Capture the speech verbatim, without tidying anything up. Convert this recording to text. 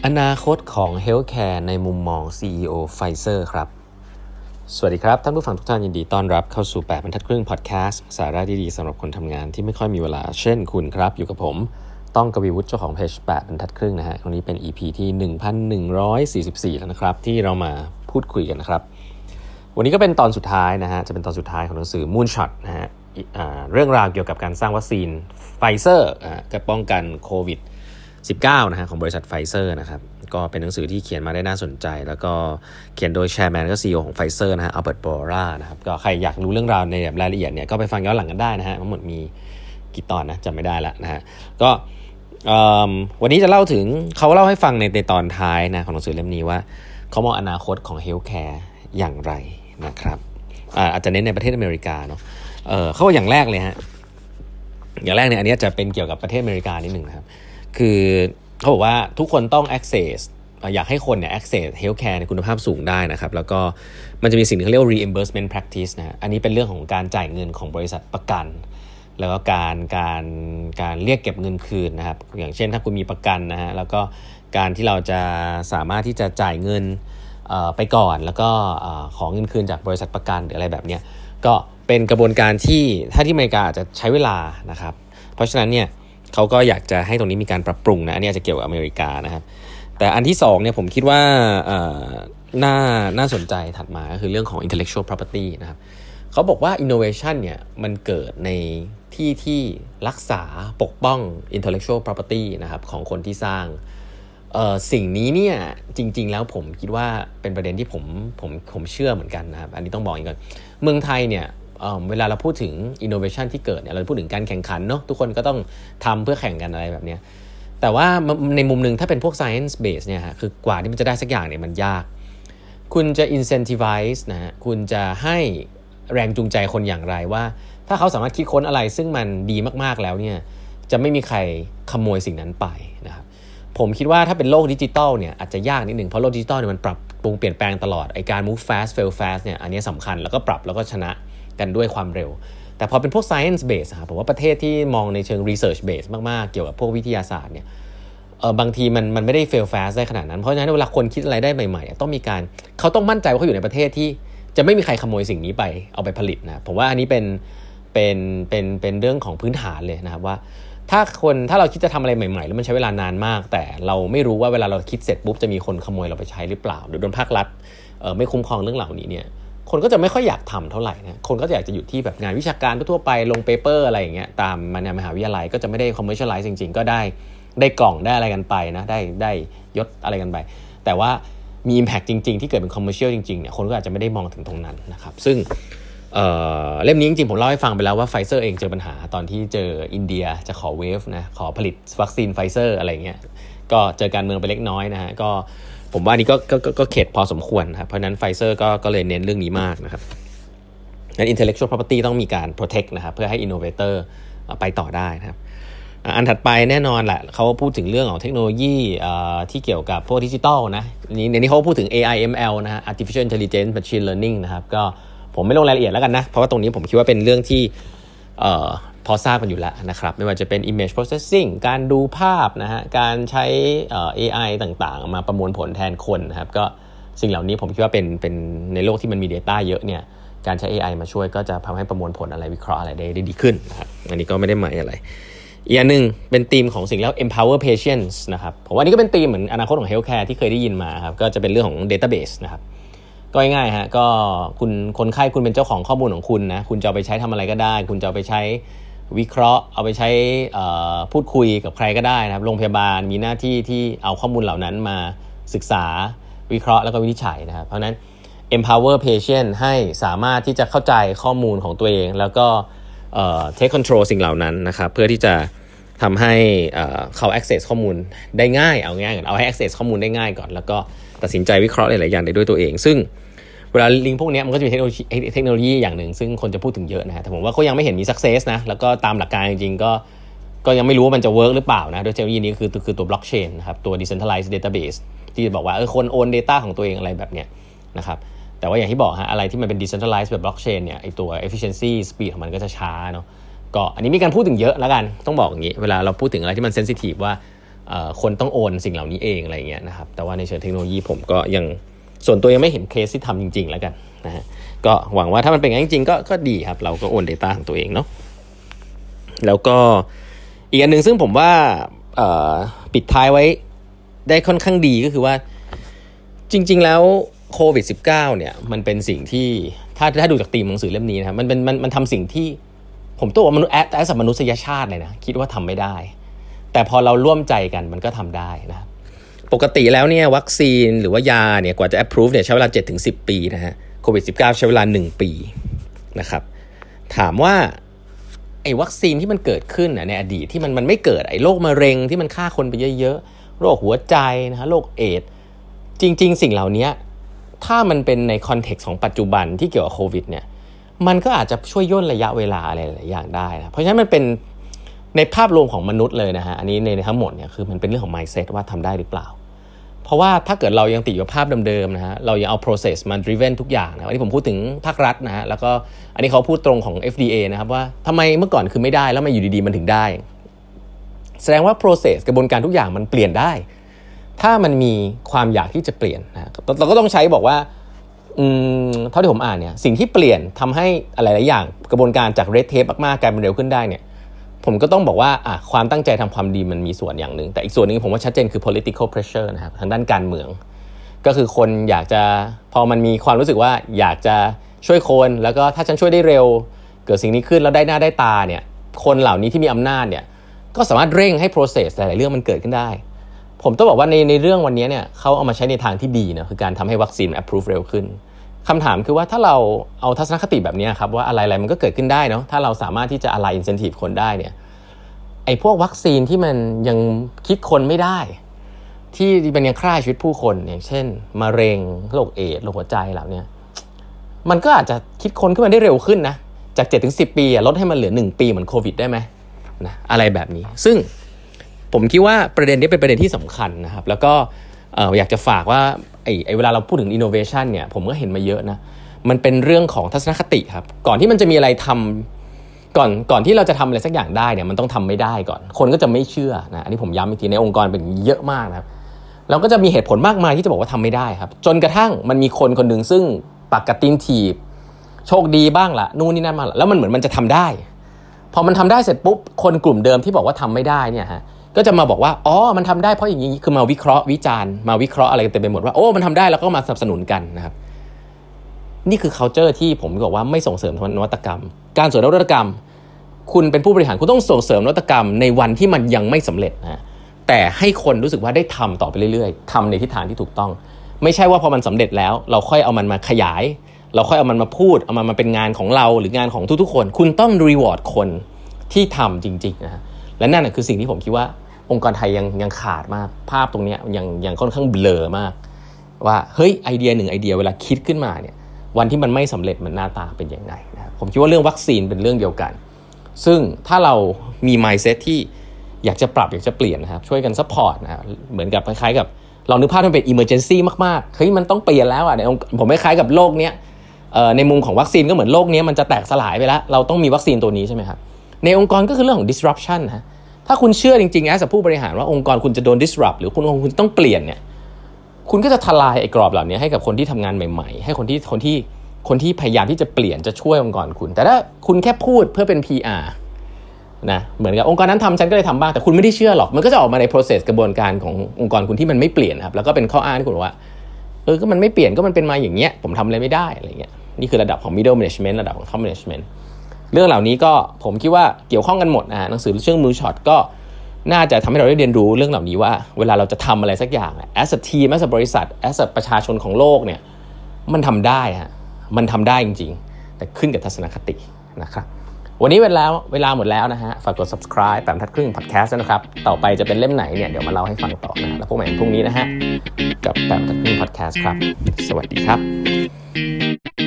อนาคตของ Healthcare ในมุมมอง ซี อี โอ Pfizer ครับสวัสดีครับท่านผู้ฟังทุกท่านยินดีต้อนรับเข้าสู่แปดบรรทัดครึ่งพอดแคสต์สาระดีๆสำหรับคนทำงานที่ไม่ค่อยมีเวลาเช่นคุณครับอยู่กับผมต้องกวีวุฒิเจ้าของเพจแปดบรรทัดครึ่งนะฮะวันนี้เป็น อี พี ที่ หนึ่งพันหนึ่งร้อยสี่สิบสี่ แล้วนะครับที่เรามาพูดคุยกันนะครับวันนี้ก็เป็นตอนสุดท้ายนะฮะจะเป็นตอนสุดท้ายของหนังสือ Moonshot นะฮะเรื่องราวเกี่ยวกับการสร้างวัคซีน Pfizer กับป้องกันโควิดสิบเก้า นะฮะของบริษัท Pfizer นะครับก็เป็นหนังสือที่เขียนมาได้น่าสนใจแล้วก็เขียนโดยแชร์แมนก็ ซี อี โอ ของ Pfizer นะฮะ Albert Bourla นะครับก็ใครอยากรู้เรื่องราวในแบบรายละเอียดเนี่ยก็ไปฟังย้อนหลังกันได้นะฮะทั้งหมดมีกี่ตอนนะจำไม่ได้ละนะฮะก็วันนี้จะเล่าถึงเขาเล่าให้ฟังในในตอนท้ายนะของหนังสือเล่มนี้ว่าเขามองอนาคตของ Healthcare อย่างไรนะครับอาอาจจะเน้นในประเทศอเมริกาเนาะเออเขาว่าอย่างแรกเลยฮะอย่างแรกเนี่ยอันนี้จะเป็นเกี่ยวกับประเทศอเมริกานิดนึงนะครับคือเขาบอกว่าทุกคนต้อง access อยากให้คนเนี่ย access healthcare ในคุณภาพสูงได้นะครับแล้วก็มันจะมีสิ่งที่เขาเรียกว่า reimbursement practice นะฮะอันนี้เป็นเรื่องของการจ่ายเงินของบริษัทประกันแล้วก็การการการเรียกเก็บเงินคืนนะครับอย่างเช่นถ้าคุณมีประกันนะฮะแล้วก็การที่เราจะสามารถที่จะจ่ายเงินไปก่อนแล้วก็ของเงินคืนจากบริษัทประกันหรืออะไรแบบนี้ก็เป็นกระบวนการที่ถ้าที่อเมริกาอาจจะใช้เวลานะครับเพราะฉะนั้นเนี่ยเขาก็อยากจะให้ตรงนี้มีการปรับปรุงนะอันนี้อาจจะเกี่ยวกับอเมริกานะครับแต่อันที่สองเนี่ยผมคิดว่าน่าน่าสนใจถัดมาก็คือเรื่องของ intellectual property นะครับเขาบอกว่า innovation เนี่ยมันเกิดในที่ที่รักษาปกป้อง intellectual property นะครับของคนที่สร้างเอ่อสิ่งนี้เนี่ยจริงๆแล้วผมคิดว่าเป็นประเด็นที่ผมผมผมเชื่อเหมือนกันนะครับอันนี้ต้องบอกอย่างก่อนเมืองไทยเนี่ยเอ่อเวลาเราพูดถึง innovation ที่เกิดเนี่ยเราพูดถึงการแข่งขันเนาะทุกคนก็ต้องทำเพื่อแข่งกันอะไรแบบเนี้ยแต่ว่าในมุมนึงถ้าเป็นพวก science base เนี่ยฮะคือกว่าที่มันจะได้สักอย่างเนี่ยมันยากคุณจะ incentivize นะฮะคุณจะให้แรงจูงใจคนอย่างไรว่าถ้าเขาสามารถคิดค้นอะไรซึ่งมันดีมากๆแล้วเนี่ยจะไม่มีใครขโมยสิ่งนั้นไปนะครับผมคิดว่าถ้าเป็นโลกดิจิตอลเนี่ยอาจจะยากนิดนึงเพราะโลกดิจิตอลเนี่ยมันปรับปรุงเปลี่ยนแปลงตลอดไอ้การ move fast fail fast เนี่ยอันนี้สำคัญแล้วก็ปรับแล้วก็ชนะกันด้วยความเร็วแต่พอเป็นพวก science base ครับผมว่าประเทศที่มองในเชิง research base มากๆเกี่ยวกับพวกวิทยาศาสตร์เนี่ยเออบางทีมันมันไม่ได้ fail fast ได้ขนาดนั้นเพราะฉะนั้นเวลาคนคิดอะไรได้ใหม่ๆต้องมีการเขาต้องมั่นใจว่าเขาอยู่ในประเทศที่จะไม่มีใครขโมยสิ่งนี้ไปเอาไปผลิตนะผมว่าอันนี้เป็นเป็นเป็นเป็นเรื่องของพื้นฐานเลยนะครับว่าถ้าคนถ้าเราคิดจะทำอะไรใหม่ๆแล้วมันใช้เวลานานมากแต่เราไม่รู้ว่าเวลาเราคิดเสร็จปุ๊บจะมีคนขโมยเราไปใช้หรือเปล่าหรือโดนภาครัฐเอ่อไม่คุ้มครองเรื่องเหล่านี้เนี่ยคนก็จะไม่ค่อยอยากทำเท่าไหร่นะคนก็อยากจะอยู่ที่แบบงานวิชาการทั่วไปลงเปเปอร์อะไรอย่างเงี้ยตามมหาวิทยาลัยก็จะไม่ได้ commercialize จริงๆก็ได้ได้กล่องได้อะไรกันไปนะได้ได้ยศอะไรกันไปแต่ว่ามี impact จริงๆที่เกิดเป็น commercial จริงๆเนี่ยคนก็อาจจะไม่ได้มองถึงตรงนั้นนะครับซึ่งเอ่อเล่มนี้จริงๆผมเล่าให้ฟังไปแล้วว่า Pfizer เองเจอปัญหาตอนที่เจออินเดียจะขอเวฟนะขอผลิตวัคซีน Pfizer อะไรเงี้ยก็เจอการเมืองไปเล็กน้อยนะฮะก็ผมว่านี่ก็ก็ก็เข็ดพอสมควรครับเพราะนั้น Pfizer ก็ก็เลยเน้นเรื่องนี้มากนะครับงั้น intellectual property ต้องมีการ protect นะครับเพื่อให้ innovator ไปต่อได้นะครับอันถัดไปแน่นอนแหละเขาพูดถึงเรื่องของเทคโนโลยีที่เกี่ยวกับพวกดิจิตอลนะนี่ในนี้เขาพูดถึง เอ ไอ เอ็ม แอล นะฮะ artificial intelligence machine learning นะครับก็ผมไม่ลงรายละเอียดแล้วกันนะเพราะว่าตรงนี้ผมคิดว่าเป็นเรื่องที่เอ่อพอทราบกันอยู่แล้วนะครับไม่ว่าจะเป็น image processing การดูภาพนะฮะการใช้เอ่อ เอ ไอ ต่างๆมาประมวลผลแทนคนนะครับก็สิ่งเหล่านี้ผมคิดว่าเป็นเป็นในโลกที่มันมี data เยอะเนี่ยการใช้ เอ ไอ มาช่วยก็จะทำให้ประมวลผลอะไรวิเคราะห์อะไรได้ได้ดีขึ้นนะครับอันนี้ก็ไม่ได้หมายอะไรอีกอันนึงเป็นธีมของสิ่งแล้ว empower patients นะครับผมว่านี่ก็เป็นธีมเหมือนอนาคตของ healthcare ที่เคยได้ยินมาครับก็จะเป็นเรื่องของ database นะครับก็ง่ายๆฮะก็คุณคนไข้คุณเป็นเจ้าของข้อมูลของคุณนะคุณจะเอาไปใช้ทำอะไรก็ได้คุณจะเอาไปใช้วิเคราะห์เอาไปใช้พูดคุยกับใครก็ได้นะครับโรงพยาบาลมีหน้าที่ที่เอาข้อมูลเหล่านั้นมาศึกษาวิเคราะห์แล้วก็วินิจฉัยนะครับเพราะนั้น empower patient ให้สามารถที่จะเข้าใจข้อมูลของตัวเองแล้วก็เอ่อ take control สิ่งเหล่านั้นนะครับเพื่อที่จะทำให้เอ่อเขา access ข้อมูลได้ง่ายเอาง่ายก่อนเอาให้ access ข้อมูลได้ง่ายก่อนแล้วก็ตัดสินใจวิเคราะห์หลายๆอย่างได้ด้วยตัวเองซึ่งเวลาลิงก์พวกนี้มันก็จะมีเทคโนโลยีเทคโนโลยีอย่างหนึ่งซึ่งคนจะพูดถึงเยอะนะฮะแต่ผมว่าเขายังไม่เห็นมี success นะแล้วก็ตามหลักการจริงๆก็ก็ยังไม่รู้ว่ามันจะ work หรือเปล่านะด้วยเทคโนโลยีนี้คือคือตัว blockchain นะครับตัว decentralized database ที่บอกว่าเออคนโอน data ของตัวเองอะไรแบบเนี้ยนะครับแต่ว่าอย่างที่บอกฮะอะไรที่มันเป็น decentralized แบบ blockchain เนี่ยไอตัว efficiency speed ของมันก็จะช้าเนาะก็อันนี้มีการพูดถึงเยอะแล้วกันต้องบอกอย่างนี้เวลาเราพูดถึงอะไรที่มัน sensitive ว่าคนต้องโอนสิ่งเหล่านี้เองอะไรเงี้ยนะครับแต่ว่าในเชิงเทคโนโลยีผมก็ยังส่วนตัวยังไม่เห็นเคสที่ทำจริงๆแล้วกันนะฮะก็หวังว่าถ้ามันเป็นอย่างนั้นจริงๆก็ก็ดีครับเราก็โอน data ของตัวเองเนาะแล้วก็อีกอันนึงซึ่งผมว่าปิดท้ายไว้ได้ค่อนข้างดีก็คือว่าจริงๆแล้วโควิด สิบเก้า เนี่ยมันเป็นสิ่งที่ถ้าถ้าดูจากธีมหนังสือเล่มนี้นะครับมันเป็นมันมันทำสิ่งที่ผมตัวว่ามนุษย์แอดแอสมนุษยชาติเลยนะคิดว่าทำไม่ได้แต่พอเราร่วมใจกันมันก็ทำได้นะปกติแล้วเนี่ยวัคซีนหรือว่ายาเนี่ยกว่าจะ approve เนี่ยใช้เวลา เจ็ดถึงสิบ ปีนะฮะโควิด สิบเก้า ใช้เวลาหนึ่งปีนะครับถามว่าไอ้วัคซีนที่มันเกิดขึ้นในอดีตที่มันมันไม่เกิดไอ้โรคมะเร็งที่มันฆ่าคนไปเยอะๆโรคหัวใจนะฮะโรคเอดส์จริงๆสิ่งเหล่านี้ถ้ามันเป็นในคอนเท็กซ์ของปัจจุบันที่เกี่ยวกับโควิดเนี่ยมันก็อาจจะช่วยย่นระยะเวลาอะไรหลายอย่างได้นะเพราะฉะนั้นมันเป็นในภาพรวมของมนุษย์เลยนะฮะอันนี้ในทั้งหมดเนี่ยคือมันเป็นเรื่องของ mindset ว่าทำได้หรือเปล่าเพราะว่าถ้าเกิดเรายังติดอยู่กับภาพเดิมๆนะฮะเรายังเอา process มา driven ทุกอย่างนะอันนี้ผมพูดถึงภาครัฐนะฮะแล้วก็อันนี้เขาพูดตรงของ เอฟ ดี เอ นะครับว่าทำไมเมื่อก่อนคือไม่ได้แล้วมาอยู่ดีๆมันถึงได้แสดงว่า process กระบวนการทุกอย่างมันเปลี่ยนได้ถ้ามันมีความอยากที่จะเปลี่ยนนะเราก็ต้องใช้บอกว่าอืมเท่าที่ผมอ่านเนี่ยสิ่งที่เปลี่ยนทำให้อะไรหลายอย่างกระบวนการจาก red tape มากๆกลายเป็นเร็วขึ้นได้เนี่ยผมก็ต้องบอกว่าอ่ะความตั้งใจทำความดีมันมีส่วนอย่างหนึ่งแต่อีกส่วนนึงผมว่าชัดเจนคือ political pressure นะครับทางด้านการเมืองก็คือคนอยากจะพอมันมีความรู้สึกว่าอยากจะช่วยคนแล้วก็ถ้าฉันช่วยได้เร็วเกิดสิ่งนี้ขึ้นแล้วได้หน้าได้ตาเนี่ยคนเหล่านี้ที่มีอำนาจเนี่ยก็สามารถเร่งให้ process หลายๆเรื่องมันเกิดขึ้นได้ผมต้องบอกว่าในในเรื่องวันนี้เนี่ยเขาเอามาใช้ในทางที่ดีนะคือการทำให้วัคซีน approve เร็วขึ้นคำถามคือว่าถ้าเราเอาทัศนคติแบบนี้ครับว่าอะไรๆมันก็เกิดขึ้นได้เนาะถ้าเราสามารถที่จะ align incentive คนได้เนี่ยไอ้พวกวัคซีนที่มันยังคิดคนไม่ได้ที่มันยังฆ่าชีวิตผู้คนอย่างเช่นมะเร็งโรคเอดส์โรคหัวใจเหล่านี้มันก็อาจจะคิดคนขึ้นมาได้เร็วขึ้นนะจาก เจ็ดถึงสิบ ปีลดให้มันเหลือหนึ่งปีเหมือนโควิดได้ไหมนะอะไรแบบนี้ซึ่งผมคิดว่าประเด็นนี้เป็นประเด็นที่สำคัญนะครับแล้วก็เอ่ออยากจะฝากว่าไอ้ไอ้เวลาเราพูดถึง innovation เนี่ยผมก็เห็นมาเยอะนะมันเป็นเรื่องของทัศนคติครับก่อนที่มันจะมีอะไรทำก่อนก่อนที่เราจะทำอะไรสักอย่างได้เนี่ยมันต้องทำไม่ได้ก่อนคนก็จะไม่เชื่อนะอันนี้ผมย้ำอีกทีในองค์กรเป็นเยอะมากนะครับแล้วก็จะมีเหตุผลมากมายที่จะบอกว่าทำไม่ได้ครับจนกระทั่งมันมีคนคนหนึ่งซึ่งปากกระตินถีบโชคดีบ้างละนู่นนี่นั่นมาแล้วมันเหมือนมันจะทำได้พอมันทำได้เสร็จปุ๊บคนกลุ่มเดิมที่บอกว่าทำไม่ได้เนี่ยฮะก็จะมาบอกว่าอ๋อมันทำได้เพราะอย่างนี้คือมาวิเคราะห์วิจารณ์มาวิเคราะห์อะไรกันเต็มไปหมดว่าโอ้มันทำได้แล้วก็มาสนับสนุนกันนะครับนี่คือ culture ที่ผมบอกว่าไม่ส่งเสริมนวัตกรรมการส่งเสริมนวัตกรรมคุณเป็นผู้บริหารคุณต้องส่งเสริมนวัตกรรมในวันที่มันยังไม่สำเร็จนะแต่ให้คนรู้สึกว่าได้ทำต่อไปเรื่อยๆทำในทิศทางที่ถูกต้องไม่ใช่ว่าพอมันสำเร็จแล้วเราค่อยเอามันมาขยายเราค่อยเอามันมาพูดเอามันมาเป็นงานของเราหรืองานของทุกๆคนคุณต้อง reward คนที่ทำจริงๆนะและนั่นคือสิ่งที่ผมคิดว่าองค์กรไทยยังยังขาดมากภาพตรงนี้ยังยังค่อนข้างเบลอมากว่าเฮ้ยไอเดียหนึ่งไอเดียเวลาคิดขึ้นมาเนี่ยวันที่มันไม่สำเร็จมันหน้าตาเป็นอย่างไรนะผมคิดว่าเรื่องวัคซีนเป็นเรื่องเดียวกันซึ่งถ้าเรามี mindset ที่อยากจะปรับอยากจะเปลี่ยนนะครับช่วยกัน support นะเหมือนกับคล้ายๆกับเรานึกภาพมันเป็น emergency มากๆเฮ้ยมันต้องเปลี่ยนแล้วอ่ะผมคล้ายๆกับโลกเนี้ยในมุมของวัคซีนก็เหมือนโลกนี้มันจะแตกสลายไปแล้วเราต้องมีวัคซีนตัวนี้ใช่ไหมครับในองค์กรก็คือเรื่องของ disruption นะถ้าคุณเชื่อจริงๆนะจากผู้บริหารว่าองค์กรคุณจะโดน disrupt หรือคุณคุณต้องเปลี่ยนเนี่ยคุณก็จะทลายไอ้กรอบเหล่านี้ให้กับคนที่ทำงานใหม่ๆให้คนที่คนที่คนที่พยายามที่จะเปลี่ยนจะช่วยองค์กรคุณแต่ถ้าคุณแค่พูดเพื่อเป็น พี อาร์ นะเหมือนกับองค์กรนั้นทำฉันก็เลยทำบ้างแต่คุณไม่ได้เชื่อหรอกมันก็จะออกมาใน process กระบวนการขององค์กรคุณที่มันไม่เปลี่ยนครับแล้วก็เป็นข้ออ้างที่คุณบอกว่าเออก็มันไม่เปลี่ยนก็มันเป็นมาอย่างเงี้ยผมทำอะไรไม่ได้อะไรเงี้ยนี่คือระดับของ middle management ระดับของ top management เรื่องเหล่านี้ก็ผมคิดว่าเกี่ยวข้องกันหมดนะหนังสือเรื่องมือช็อตก็น่าจะทำให้เราได้เรียนรู้เรื่องเหล่านี้ว่าเวลาเราจะทำอะไรสักอย่าง as a team as a บริษัท as a ประชาชนของโลกเนี่ยมันทำได้ฮะมันทำได้จริงๆแต่ขึ้นกับทัศนคตินะครับวันนี้เวลาเวลาหมดแล้วนะฮะฝากกด subscribe แปดบรรทัดครึ่ง podcast นะครับต่อไปจะเป็นเล่มไหนเนี่ยเดี๋ยวมาเล่าให้ฟังต่อนะแล้วพบกันพรุ่งนี้นะฮะกับแปดบรรทัดครึ่ง podcast ครับสวัสดีครับ